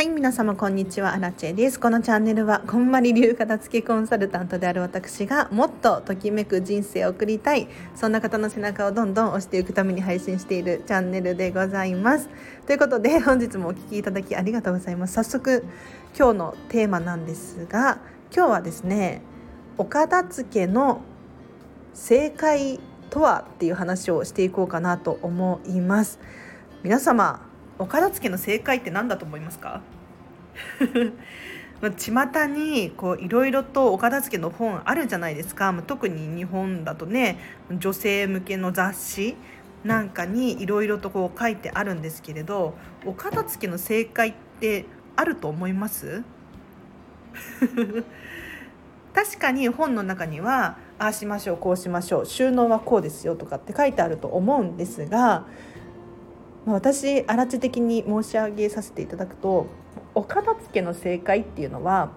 はい、皆様こんにちは、アラチェです。このチャンネルはこんまり流片付けコンサルタントである私がもっとときめく人生を送りたい、そんな方の背中をどんどん押していくために配信しているチャンネルでございます。ということで本日もお聞きいただきありがとうございます。早速今日のテーマなんですが、今日はですね、お片付けの正解とはっていう話をしていこうかなと思います。皆様、お片付けの正解って何だと思いますか？巷にいろいろとお片付けの本あるじゃないですか。特に日本だとね、女性向けの雑誌なんかにいろいろと書いてあるんですけれど、お片付けの正解ってあると思います？確かに本の中にはああしましょう、こうしましょう、収納はこうですよとかって書いてあると思うんですが、私アラチ的に申し上げさせていただくと、お片付けの正解っていうのは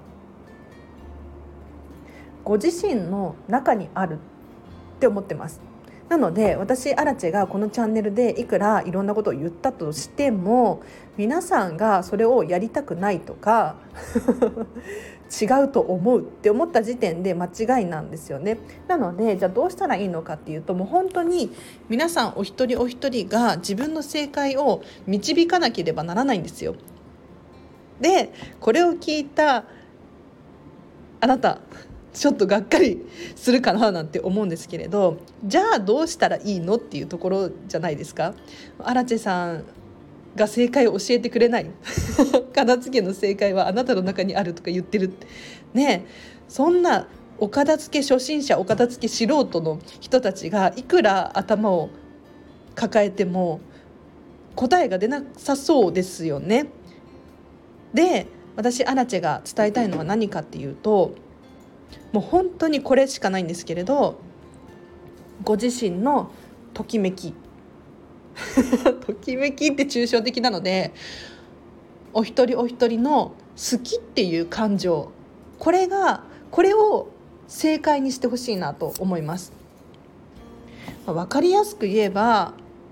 ご自身の中にあるって思ってます。なので私アラチェがこのチャンネルでいくらいろんなことを言ったとしても、皆さんがそれをやりたくないとか違うと思うって思った時点で間違いなんですよね。なのでじゃあどうしたらいいのかっていうと、もう本当に皆さんお一人お一人が自分の正解を導かなければならないんですよ。でこれを聞いたあなた、ちょっとがっかりするかななんて思うんですけれど、じゃあどうしたらいいのっていうところじゃないですか。アラチェさんが正解を教えてくれない片付けの正解はあなたの中にあるとか言ってるね。そんなお片付け初心者、お片付け素人の人たちがいくら頭を抱えても答えが出なさそうですよね。で私アラチェが伝えたいのは何かっていうと、もう本当にこれしかないんですけれど、ご自身のときめきときめきって抽象的なので、お一人お一人の好きっていう感情、これを正解にしてほしいなと思います。分かりやすく言えば、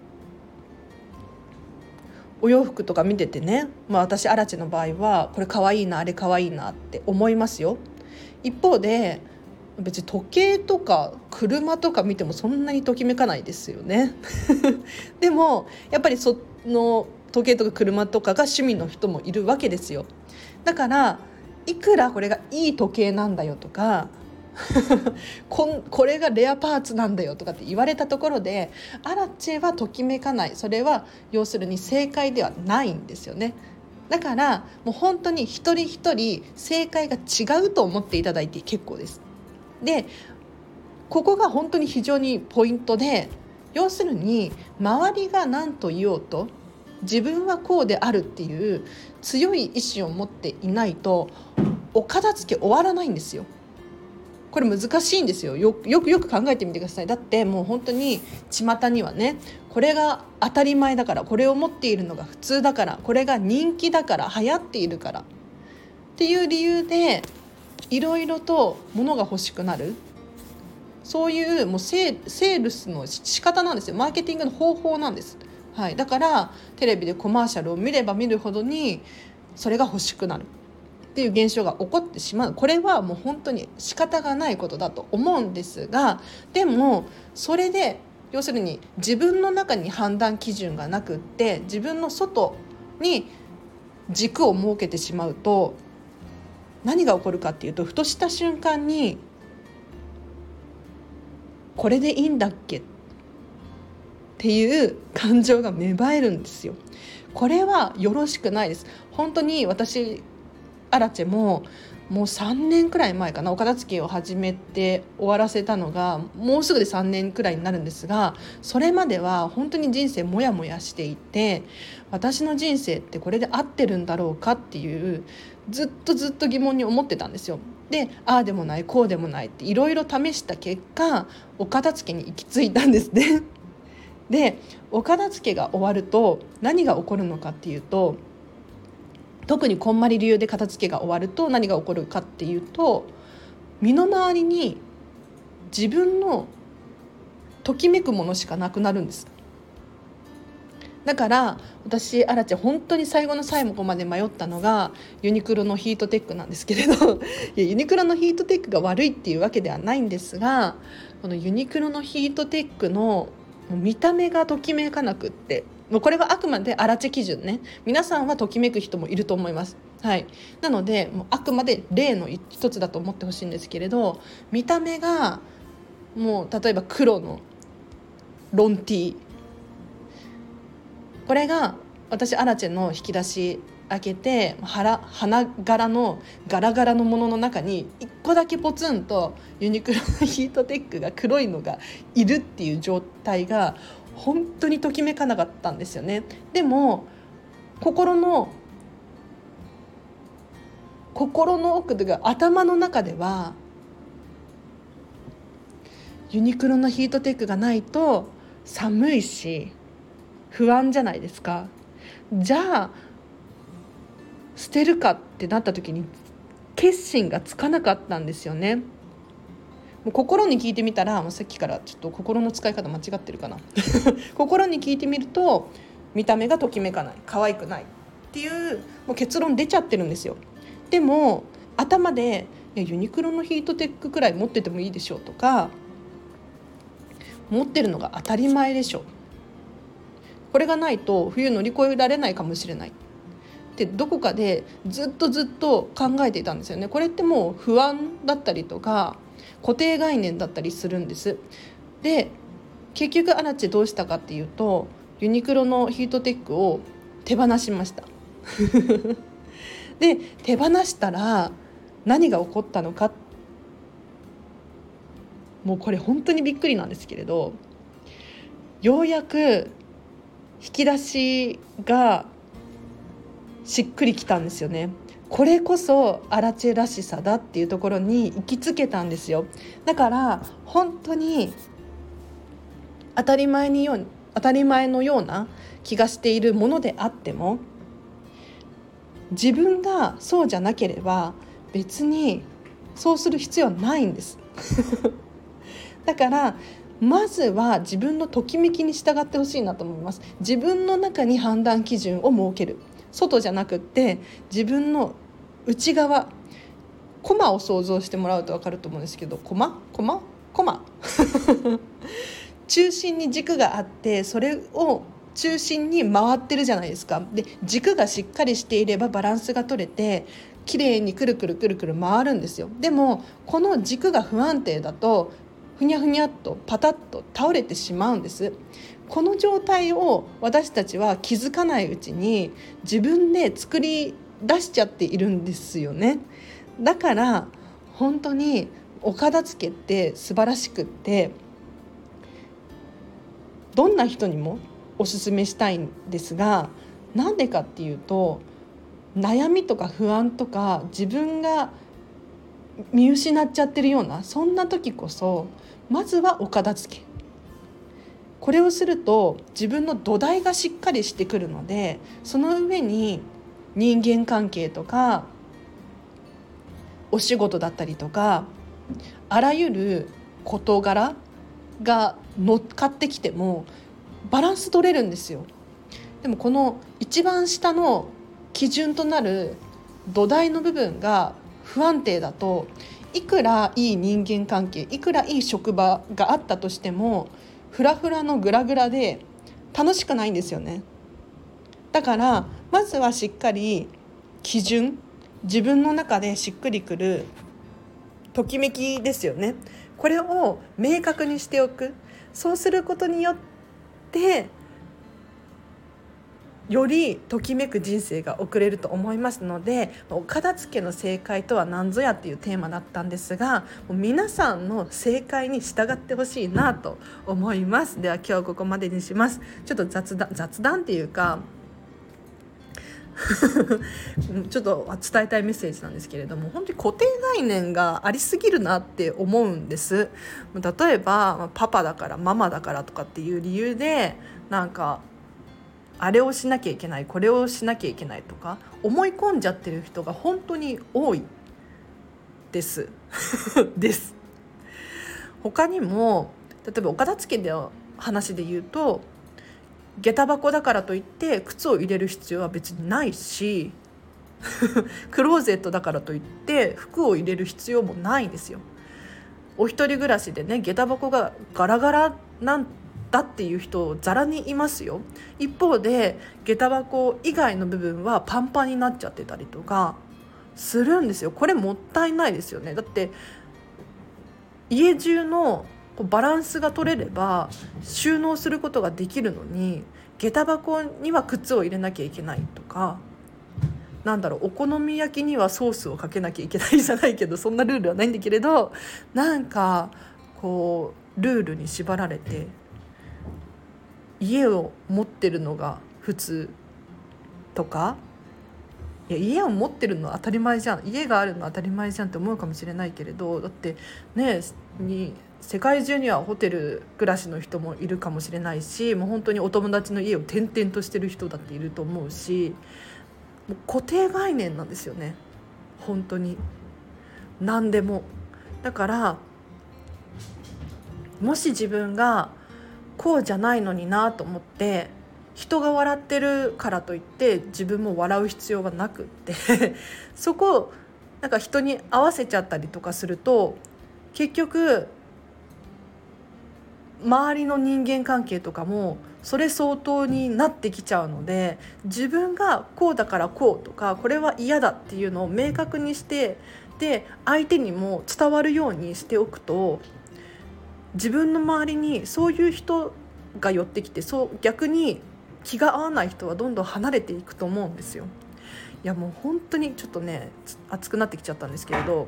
お洋服とか見ててね、私アラチェの場合はこれ可愛いな、あれ可愛いなって思いますよ。一方で別に時計とか車とか見てもそんなにときめかないですよねでもやっぱりその時計とか車とかが趣味の人もいるわけですよ。だからいくらこれがいい時計なんだよとかこれがレアパーツなんだよとかって言われたところで、アラチェはときめかない。それは要するに正解ではないんですよね。だからもう本当に一人一人正解が違うと思っていただいて結構です。でここが本当に非常にポイントで、要するに周りが何と言おうと自分はこうであるっていう強い意志を持っていないとお片付け終わらないんですよ。これ難しいんですよ。よく考えてみてください。だってもう本当に巷にはね、これが当たり前だから、これを持っているのが普通だから、これが人気だから、流行っているからっていう理由でいろいろと物が欲しくなる、そういうもうセールスの仕方なんですよ。マーケティングの方法なんです。はい、だからテレビでコマーシャルを見れば見るほどにそれが欲しくなるっていう現象が起こってしまう。これはもう本当に仕方がないことだと思うんですが、でもそれで要するに自分の中に判断基準がなくって、自分の外に軸を設けてしまうと何が起こるかっていうと、ふとした瞬間にこれでいいんだっけっていう感情が芽生えるんですよ。これはよろしくないです。本当に私アラチェもう3年くらい前かな、お片付けを始めて終わらせたのがもうすぐで3年くらいになるんですが、それまでは本当に人生モヤモヤしていて、私の人生ってこれで合ってるんだろうかっていうずっと疑問に思ってたんですよ。でああでもないこうでもないっていろいろ試した結果、お片付けに行き着いたんですね。でお片付けが終わると何が起こるのかっていうと、特にこんまり流で片付けが終わると何が起こるかっていうと、身の回りに自分のときめくものしかなくなるんです。 だから私アラチェ本当に最後の最後まで迷ったのがユニクロのヒートテックなんですけれどいやユニクロのヒートテックが悪いっていうわけではないんですが、このユニクロのヒートテックの見た目がときめかなくって、もうこれはあくまでアラチェ基準ね、皆さんはときめく人もいると思います。はい、なのでもうあくまで例の一つだと思ってほしいんですけれど、見た目がもう例えば黒のロンティー、これが私アラチェの引き出し開けて花柄のガラガラのものの中に1個だけポツンとユニクロのヒートテックが黒いのがいるっていう状態が本当にときめかなかったんですよね。でも心の奥というか頭の中ではユニクロのヒートテックがないと寒いし不安じゃないですか。じゃあ捨てるかってなった時に決心がつかなかったんですよね。もう心に聞いてみたら、もうさっきからちょっと心の使い方間違ってるかな心に聞いてみると見た目がときめかない、可愛くないっていうもう結論出ちゃってるんですよ。でも頭でいやユニクロのヒートテックくらい持っててもいいでしょうとか、持ってるのが当たり前でしょ、これがないと冬乗り越えられないかもしれないってどこかでずっと考えていたんですよね。これってもう不安だったりとか固定概念だったりするんです。で結局アラチェどうしたかっていうと、ユニクロのヒートテックを手放しましたで手放したら何が起こったのか、もうこれ本当にびっくりなんですけれど、ようやく引き出しがしっくりきたんですよね。これこそアラチェらしさだっていうところに行きつけたんですよ。だから本当に当たり前のような気がしているものであっても、自分がそうじゃなければ別にそうする必要はないんですだからまずは自分のときめきに従ってほしいなと思います。自分の中に判断基準を設ける、外じゃなくって自分の内側、コマを想像してもらうと分かると思うんですけど、コマ中心に軸があって、それを中心に回ってるじゃないですか。で軸がしっかりしていればバランスが取れて綺麗にくるくる回るんですよ。でもこの軸が不安定だとふにゃふにゃっとパタッと倒れてしまうんです。この状態を私たちは気づかないうちに自分で作り出しちゃっているんですよね。だから本当にお片付けって素晴らしくって、どんな人にもおすすめしたいんですが、なんでかっていうと、悩みとか不安とか自分が見失っちゃってるようなそんな時こそまずはお片付け、これをすると自分の土台がしっかりしてくるので、その上に人間関係とかお仕事だったりとかあらゆる事柄が乗っかってきてもバランス取れるんですよ。でもこの一番下の基準となる土台の部分が不安定だと、いくらいい人間関係、いくらいい職場があったとしてもフラフラのグラグラで楽しくないんですよね。だからまずはしっかり基準、自分の中でしっくりくるときめきですよね、これを明確にしておく。そうすることによってよりときめく人生が送れると思いますので、お片付けの正解とは何ぞやっていうテーマだったんですが、皆さんの正解に従ってほしいなと思います。では今日はここまでにします。ちょっと雑談っていうかちょっと伝えたいメッセージなんですけれども、本当に固定概念がありすぎるなって思うんです。例えばパパだからママだからとかっていう理由でなんかあれをしなきゃいけない、これをしなきゃいけないとか思い込んじゃってる人が本当に多いですです他にも例えばお片付けの話で言うと、 下駄箱だからといって靴を入れる必要は別にないしクローゼットだからといって服を入れる必要もないんですよ。お一人暮らしでね、下駄箱がガラガラなんだっていう人ざらにいますよ。一方で下駄箱以外の部分はパンパンになっちゃってたりとかするんですよ。これもったいないですよね。だって家中のバランスが取れれば収納することができるのに、下駄箱には靴を入れなきゃいけないとか、お好み焼きにはソースをかけなきゃいけないじゃないけど、そんなルールはないんだけれど、ルールに縛られて家を持ってるのが普通とか、いや家を持ってるのは当たり前じゃん、家があるのは当たり前じゃんって思うかもしれないけれど、だってね世界中にはホテル暮らしの人もいるかもしれないし、もう本当にお友達の家を転々としてる人だっていると思うし、もう固定概念なんですよね、本当に何でも。だからもし自分がこうじゃないのになと思って人が笑ってるからといって自分も笑う必要はなくってそこを人に合わせちゃったりとかすると、結局周りの人間関係とかもそれ相当になってきちゃうので、自分がこうだからこうとか、これは嫌だっていうのを明確にして、で相手にも伝わるようにしておくと、自分の周りにそういう人が寄ってきて、逆に気が合わない人はどんどん離れていくと思うんですよ。いやもう本当にちょっとね熱くなってきちゃったんですけれど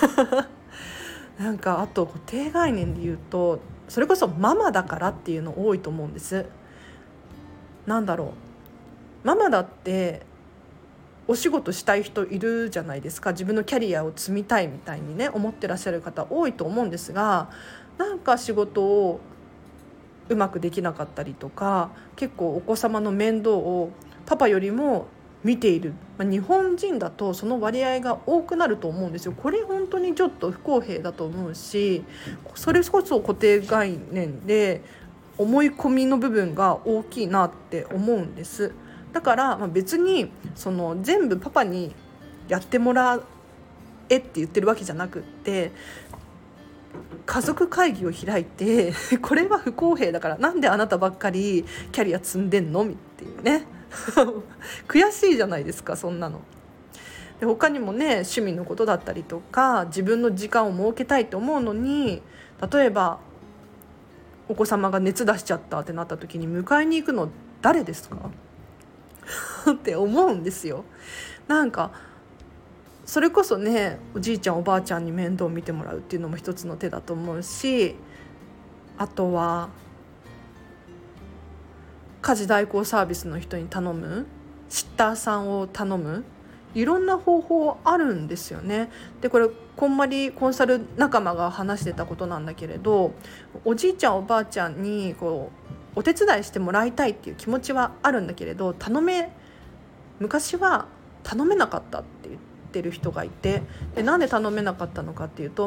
あと固定概念で言うと、それこそママだからっていうの多いと思うんです。ママだってお仕事したい人いるじゃないですか。自分のキャリアを積みたいみたいにね思ってらっしゃる方多いと思うんですが、仕事をうまくできなかったりとか、結構お子様の面倒をパパよりも見ている、日本人だとその割合が多くなると思うんですよ。これ本当にちょっと不公平だと思うし、それこそ固定概念で思い込みの部分が大きいなって思うんです。だから別に全部パパにやってもらえって言ってるわけじゃなくって、家族会議を開いてこれは不公平だから、なんであなたばっかりキャリア積んでんのっていうね悔しいじゃないですか、そんなの。で他にもね、趣味のことだったりとか自分の時間を設けたいと思うのに、例えばお子様が熱出しちゃったってなった時に迎えに行くの誰ですかって思うんですよ。それこそね、おじいちゃんおばあちゃんに面倒を見てもらうっていうのも一つの手だと思うし、あとは家事代行サービスの人に頼む、シッターさんを頼む、いろんな方法あるんですよね。でこれこんまりコンサル仲間が話してたことなんだけれど、おじいちゃんおばあちゃんにお手伝いしてもらいたいっていう気持ちはあるんだけれど、昔は頼めなかったって言ってる人がいて、でなんで頼めなかったのかっていうと、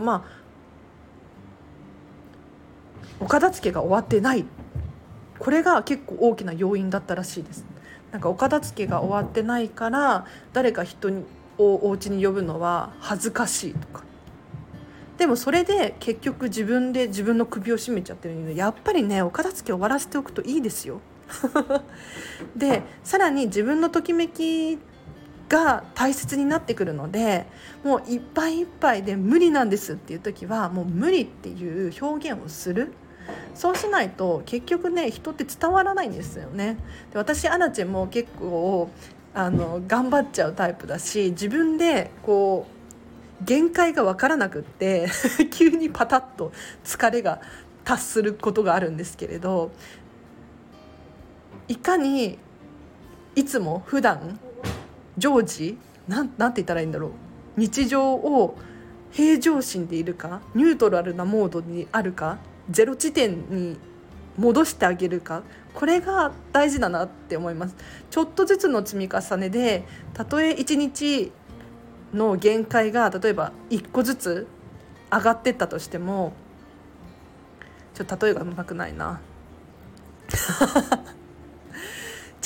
お片付けが終わってない、これが結構大きな要因だったらしいです。お片付けが終わってないから誰か人をお家に呼ぶのは恥ずかしいとか、でもそれで結局自分で自分の首を絞めちゃってるので、やっぱりねお片付け終わらせておくといいですよでさらに自分のときめきが大切になってくるので、もういっぱいいっぱいで無理なんですっていう時はもう無理っていう表現をする。そうしないと結局ね人って伝わらないんですよね。で私アラチェも結構頑張っちゃうタイプだし、自分で限界が分からなくって急にパタッと疲れが達することがあるんですけれど、いかにいつも普段常時なんて言ったらいいんだろう、日常を平常心でいるか、ニュートラルなモードにあるか、ゼロ地点に戻してあげるか、これが大事だなって思います。ちょっとずつの積み重ねで、たとえ1日の限界が例えば1個ずつ上がってったとしても、例えがうまくないな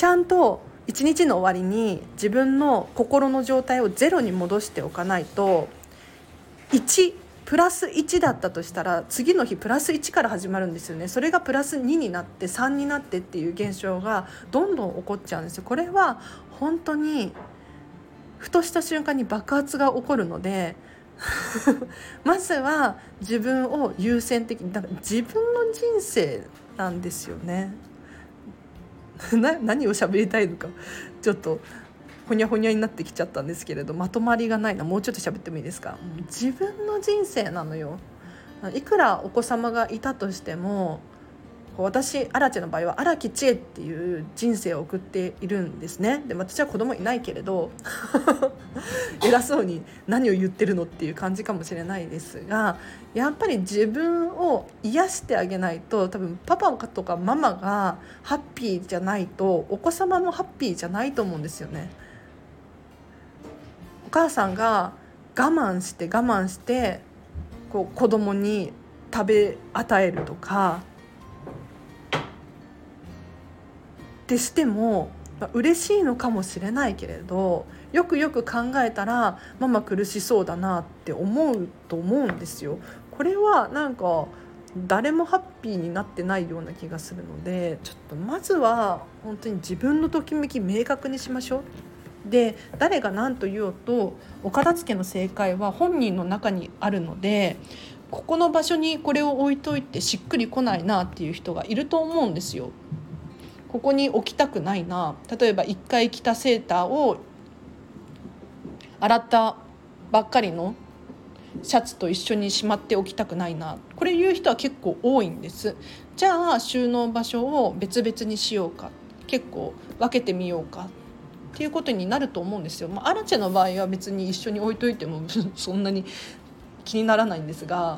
ゃんと一日の終わりに自分の心の状態をゼロに戻しておかないと、プラス1だったとしたら次の日プラス1から始まるんですよね。それがプラス2になって3になってっていう現象がどんどん起こっちゃうんですよ。これは本当にふとした瞬間に爆発が起こるのでまずは自分を優先的に、だから自分の人生なんですよね何を喋りたいのかちょっとほにゃほにゃになってきちゃったんですけれど、まとまりがないな。もうちょっと喋ってもいいですか。自分の人生なのよ。いくらお子様がいたとしても、私アラチェの場合は荒木千恵っていう人生を送っているんですね。で私は子供いないけれど偉そうに何を言ってるのっていう感じかもしれないですが、やっぱり自分を癒してあげないと、多分パパとかママがハッピーじゃないとお子様もハッピーじゃないと思うんですよね。お母さんが我慢して子供に食べ与えるとかってしても、嬉しいのかもしれないけれど、よくよく考えたらママ苦しそうだなって思うと思うんですよ。これはなんか誰もハッピーになってないような気がするので、ちょっとまずは本当に自分のときめき明確にしましょう。で誰が何と言おうとお片付けの正解は本人の中にあるので、ここの場所にこれを置いといてしっくりこないなっていう人がいると思うんですよ。ここに置きたくないな、例えば1回着たセーターを洗ったばっかりのシャツと一緒にしまっておきたくないな、これ言う人は結構多いんです。じゃあ収納場所を別々にしようか、結構分けてみようかっていうことになると思うんですよ。アラチェの場合は別に一緒に置いといてもそんなに気にならないんですが、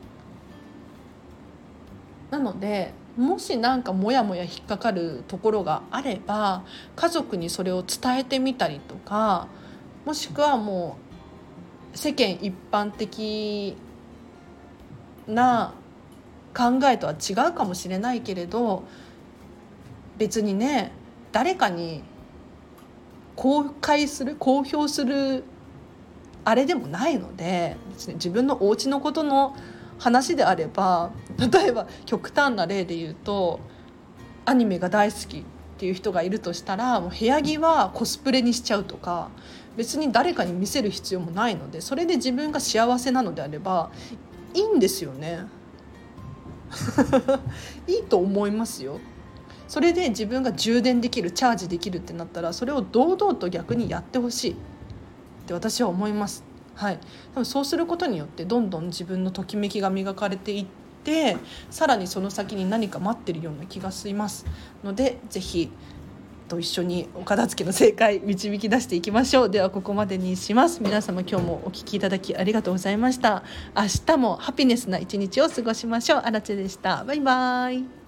なのでもしなんかモヤモヤ引っかかるところがあれば、家族にそれを伝えてみたりとか、もしくはもう世間一般的な考えとは違うかもしれないけれど、別にね誰かに公表するあれでもないので、自分のお家のことの話であれば、例えば極端な例で言うとアニメが大好きっていう人がいるとしたら、もう部屋着はコスプレにしちゃうとか、別に誰かに見せる必要もないので、それで自分が幸せなのであればいいんですよねいいと思いますよ。それで自分が充電できる、チャージできるってなったら、それを堂々と逆にやってほしいって私は思います。はい、多分そうすることによってどんどん自分のときめきが磨かれていって、さらにその先に何か待ってるような気がしますので、ぜひと一緒にお片付けの正解導き出していきましょう。ではここまでにします。皆様今日もお聞きいただきありがとうございました。明日もハピネスな一日を過ごしましょう。あらちでした。バイバイ。